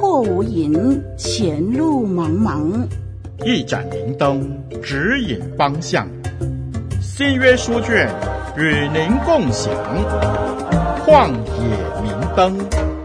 后无垠，前路茫茫。 一盏明灯指引方向，新约书卷与您共享，旷野明灯。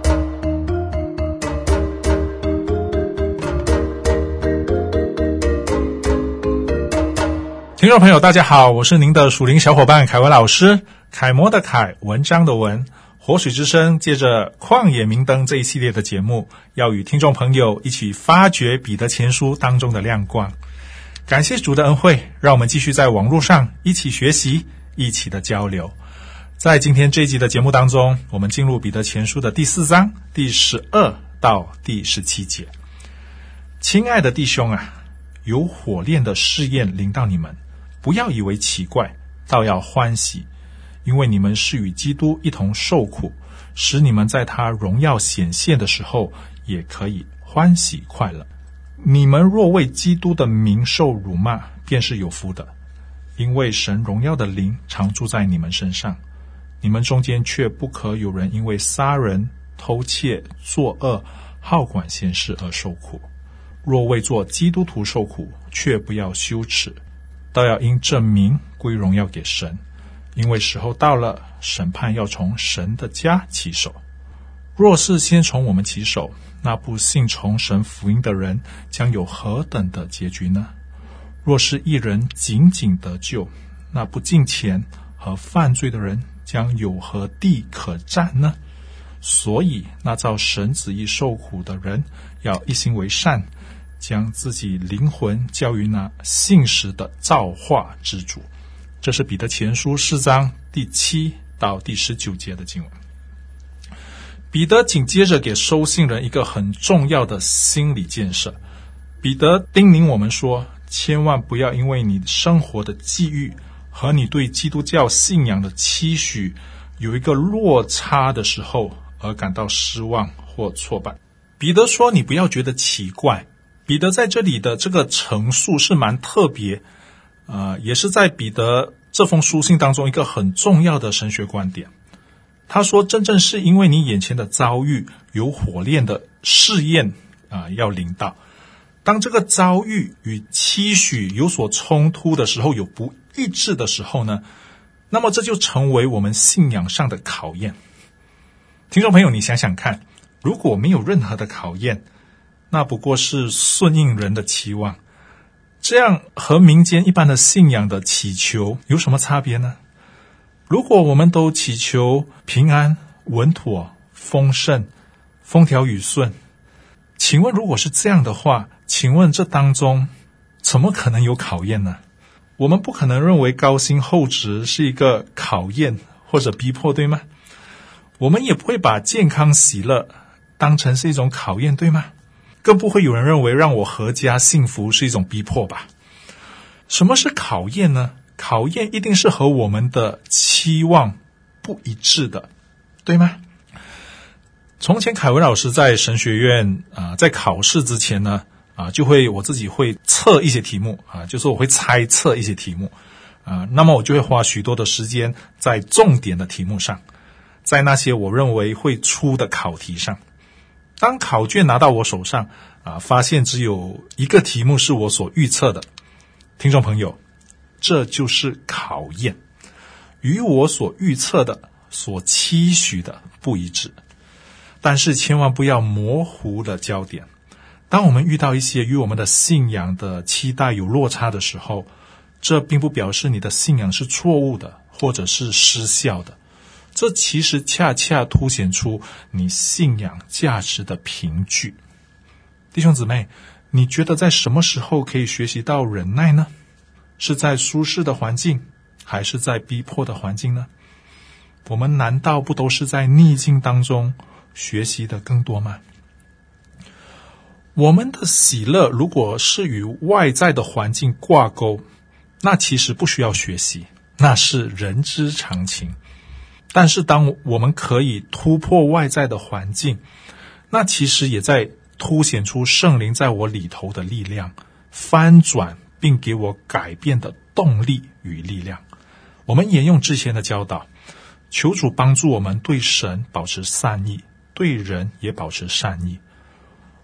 听众朋友大家好，我是您的属灵小伙伴凯文老师，楷模的楷，文章的文。活水之声借着旷野明灯这一系列的节目，要与听众朋友一起发掘彼得前书当中的亮光。感谢主的恩惠，让我们继续在网络上一起学习，一起的交流。在今天这一集的节目当中，我们进入彼得前书的第4章第12到第17节。亲爱的弟兄啊，有火炼的试验临到你们，不要以为奇怪，倒要欢喜，因为你们是与基督一同受苦，使你们在他荣耀显现的时候也可以欢喜快乐。你们若为基督的名受辱骂，便是有福的，因为神荣耀的灵常住在你们身上。你们中间却不可有人因为杀人、偷窃、作恶、好管闲事而受苦。若为做基督徒受苦，却不要羞耻，倒要因这名归荣耀给神。因为时候到了，审判要从神的家起手。若是先从我们起手，那不信从神福音的人将有何等的结局呢？若是一人仅仅得救，那不敬虔和犯罪的人将有何地可站呢？所以那照神旨意受苦的人，要一心为善，将自己灵魂交于那信实的造化之主。这是彼得前书4章第7到第19节的经文。彼得紧接着给收信人一个很重要的心理建设。彼得叮咛我们说，千万不要因为你生活的际遇和你对基督教信仰的期许有一个落差的时候而感到失望或挫败。彼得说你不要觉得奇怪。彼得在这里的这个陈述是蛮特别，也是在彼得这封书信当中一个很重要的神学观点。他说真正是因为你眼前的遭遇有火炼的试验要临到，当这个遭遇与期许有所冲突的时候，有不一致的时候呢，那么这就成为我们信仰上的考验。听众朋友，你想想看，如果没有任何的考验，那不过是顺应人的期望，这样和民间一般的信仰的祈求有什么差别呢？如果我们都祈求平安、稳妥、丰盛、风调雨顺，请问如果是这样的话，请问这当中怎么可能有考验呢？我们不可能认为高薪厚职是一个考验或者逼迫，对吗？我们也不会把健康喜乐当成是一种考验，对吗？更不会有人认为让我阖家幸福是一种逼迫吧？什么是考验呢？考验一定是和我们的期望不一致的，对吗？从前凯文老师在神学院在考试之前呢我自己会测一些题目就是我会猜测一些题目那么我就会花许多的时间在重点的题目上，在那些我认为会出的考题上。当考卷拿到我手上发现只有一个题目是我所预测的，听众朋友，这就是考验，与我所预测的、所期许的不一致。但是千万不要模糊了焦点。当我们遇到一些与我们的信仰的期待有落差的时候，这并不表示你的信仰是错误的，或者是失效的。这其实恰恰凸显出你信仰价值的凭据。弟兄姊妹，你觉得在什么时候可以学习到忍耐呢？是在舒适的环境，还是在逼迫的环境呢？我们难道不都是在逆境当中学习的更多吗？我们的喜乐如果是与外在的环境挂钩，那其实不需要学习，那是人之常情。但是当我们可以突破外在的环境，那其实也在凸显出圣灵在我里头的力量，翻转并给我改变的动力与力量。我们沿用之前的教导，求主帮助我们对神保持善意，对人也保持善意。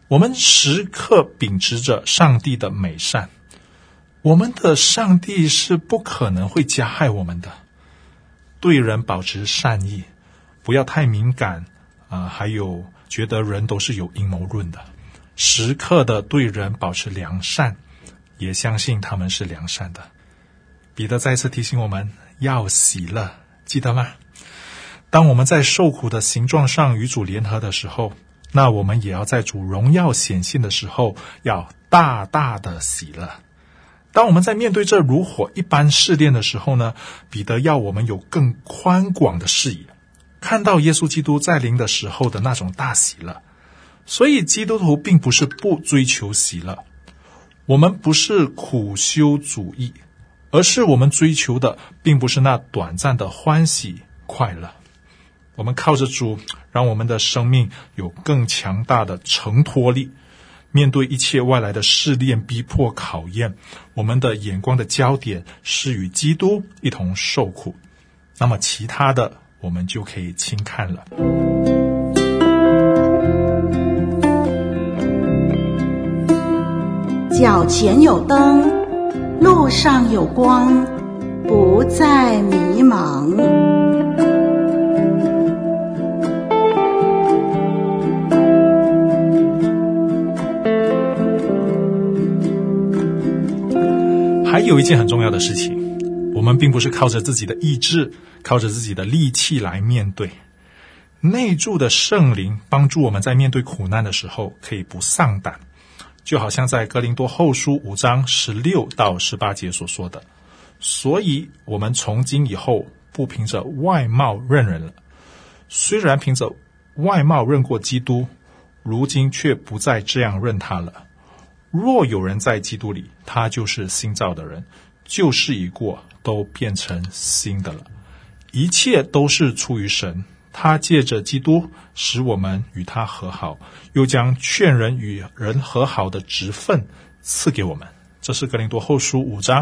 我们时刻秉持着上帝的美善，我们的上帝是不可能会加害我们的。对人保持善意，不要太敏感还有觉得人都是有阴谋论的，时刻的对人保持良善，也相信他们是良善的。彼得再次提醒我们要喜乐，记得吗？当我们在受苦的形状上与主联合的时候，那我们也要在主荣耀显现的时候要大大的喜乐。当我们在面对这如火一般试炼的时候呢，彼得要我们有更宽广的视野，看到耶稣基督在临的时候的那种大喜乐。所以基督徒并不是不追求喜乐，我们不是苦修主义，而是我们追求的并不是那短暂的欢喜快乐。我们靠着主，让我们的生命有更强大的承托力，面对一切外来的试炼、逼迫、考验，我们的眼光的焦点是与基督一同受苦，那么其他的我们就可以轻看了。 脚前有灯，路上有光，不再迷茫。 还有一件很重要的事情，我们并不是靠着自己的意志，靠着自己的力气来面对。内住的圣灵帮助我们在面对苦难的时候可以不丧胆，就好像在哥林多后书5章16到18节所说的，所以我们从今以后不凭着外貌认人了，虽然凭着外貌认过基督，如今却不再这样认他了。若有人在基督里，他就是新造的人，旧事已过，都变成新的了。一切都是出于神，他借着基督使我们与他和好，又将劝人与人和好的职分赐给我们。这是哥林多后书5章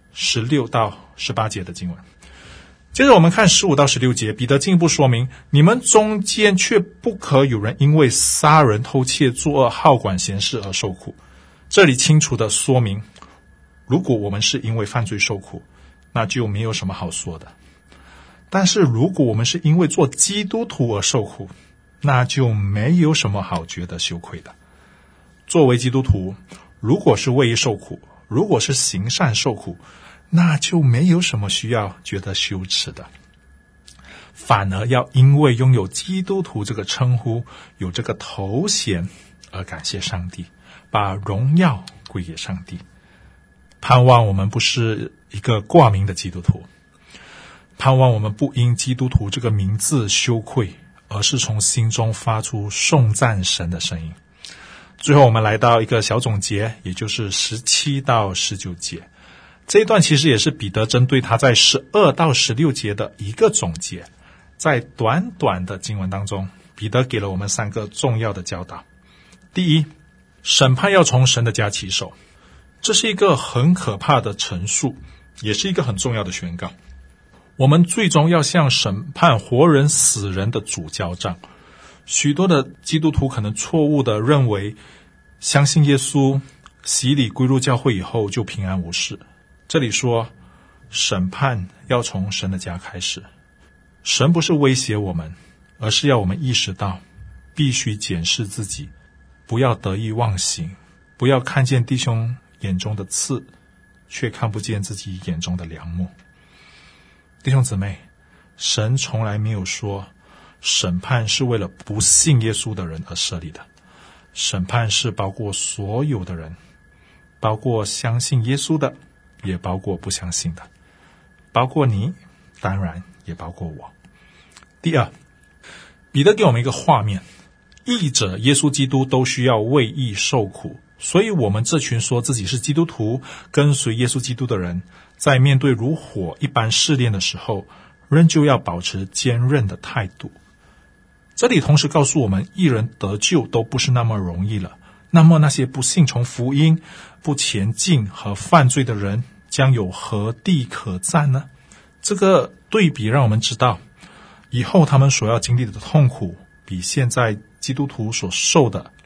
16到18节的经文。接着我们看15到16节，彼得进一步说明，你们中间却不可有人因为杀人、偷窃、作恶、好管闲事而受苦。这里清楚地说明，如果我们是因为犯罪受苦，那就没有什么好说的。但是如果我们是因为做基督徒而受苦，那就没有什么好觉得羞愧的。作为基督徒，如果是为义受苦，如果是行善受苦，那就没有什么需要觉得羞耻的。反而要因为拥有基督徒这个称呼，有这个头衔而感谢上帝，把荣耀归给上帝。盼望我们不是一个挂名的基督徒，盼望我们不因基督徒这个名字羞愧，而是从心中发出颂赞神的声音。最后我们来到一个小总结，也就是17到19节。这一段其实也是彼得针对他在12到16节的一个总结。在短短的经文当中，彼得给了我们3个重要的教导。第一，审判要从神的家起手，这是一个很可怕的陈述，也是一个很重要的宣告。我们最终要向审判活人死人的主交账。许多的基督徒可能错误地认为，相信耶稣、洗礼归入教会以后就平安无事。这里说，审判要从神的家开始。神不是威胁我们，而是要我们意识到，必须检视自己，不要得意忘形，不要看见弟兄眼中的刺，却看不见自己眼中的梁木。弟兄姊妹，神从来没有说审判是为了不信耶稣的人而设立的，审判是包括所有的人，包括相信耶稣的，也包括不相信的，包括你，当然也包括我。第二，彼得给我们一个画面，义者耶稣基督都需要为义受苦，所以我们这群说自己是基督徒、跟随耶稣基督的人，在面对如火一般试炼的时候，仍旧要保持坚韧的态度。这里同时告诉我们，义人得救都不是那么容易了，那么那些不信从福音、不前进和犯罪的人，将有何地可站呢？这个对比让我们知道，以后他们所要经历的痛苦，比现在基督徒所受的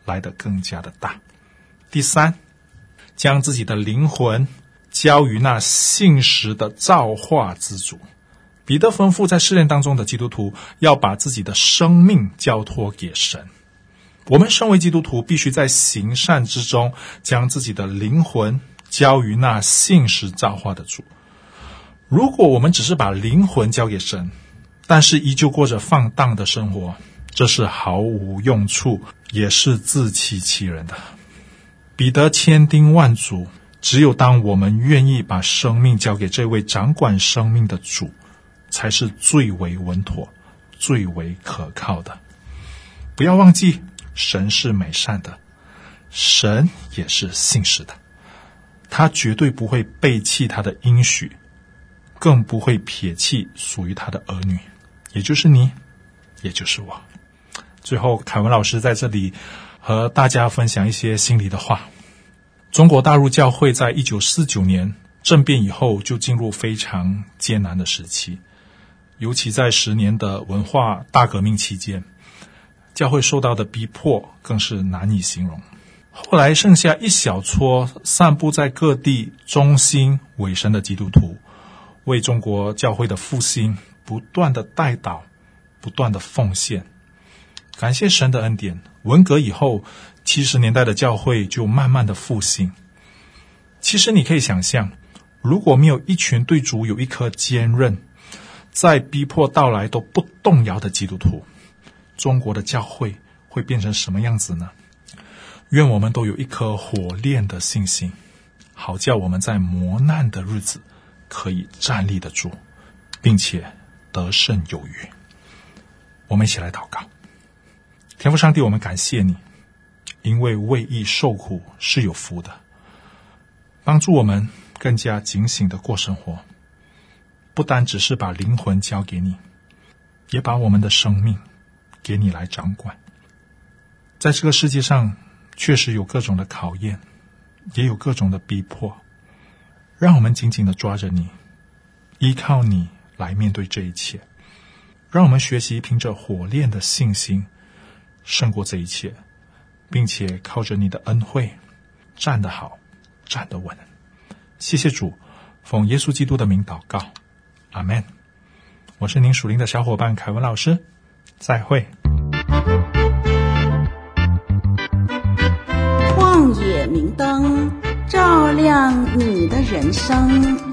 来得更加的大。第三，将自己的灵魂交于那信实的造化之主。彼得吩咐在试炼当中的基督徒要把自己的生命交托给神。我们身为基督徒，必须在行善之中将自己的灵魂交于那信实造化的主。如果我们只是把灵魂交给神，但是依旧过着放荡的生活，这是毫无用处，也是自欺欺人的。彼得千叮万嘱，只有当我们愿意把生命交给这位掌管生命的主，才是最为稳妥、最为可靠的。不要忘记，神是美善的，神也是信实的，他绝对不会背弃他的应许，更不会撇弃属于他的儿女，也就是你，也就是我。最后，凯文老师在这里和大家分享一些心里的话。中国大陆教会在1949年政变以后就进入非常艰难的时期，尤其在10年的文化大革命期间，教会受到的逼迫更是难以形容。后来剩下一小撮散布在各地忠心委身的基督徒，为中国教会的复兴不断的代祷，不断的奉献。感谢神的恩典，文革以后70年代的教会就慢慢的复兴。其实你可以想象，如果没有一群对主有一颗坚韧，在逼迫到来都不动摇的基督徒，中国的教会会变成什么样子呢？愿我们都有一颗火炼的信心，好叫我们在磨难的日子可以站立得住，并且得胜有余。我们一起来祷告。天父上帝，我们感谢你，因为为义受苦是有福的，帮助我们更加警醒的过生活，不单只是把灵魂交给你，也把我们的生命给你来掌管。在这个世界上确实有各种的考验，也有各种的逼迫，让我们紧紧地抓着你，依靠你来面对这一切。让我们学习凭着火炼的信心胜过这一切，并且靠着你的恩惠站得好，站得稳。谢谢主，奉耶稣基督的名祷告，阿们。我是您属灵的小伙伴凯文老师，再会。 旷野明灯，照亮你的人生。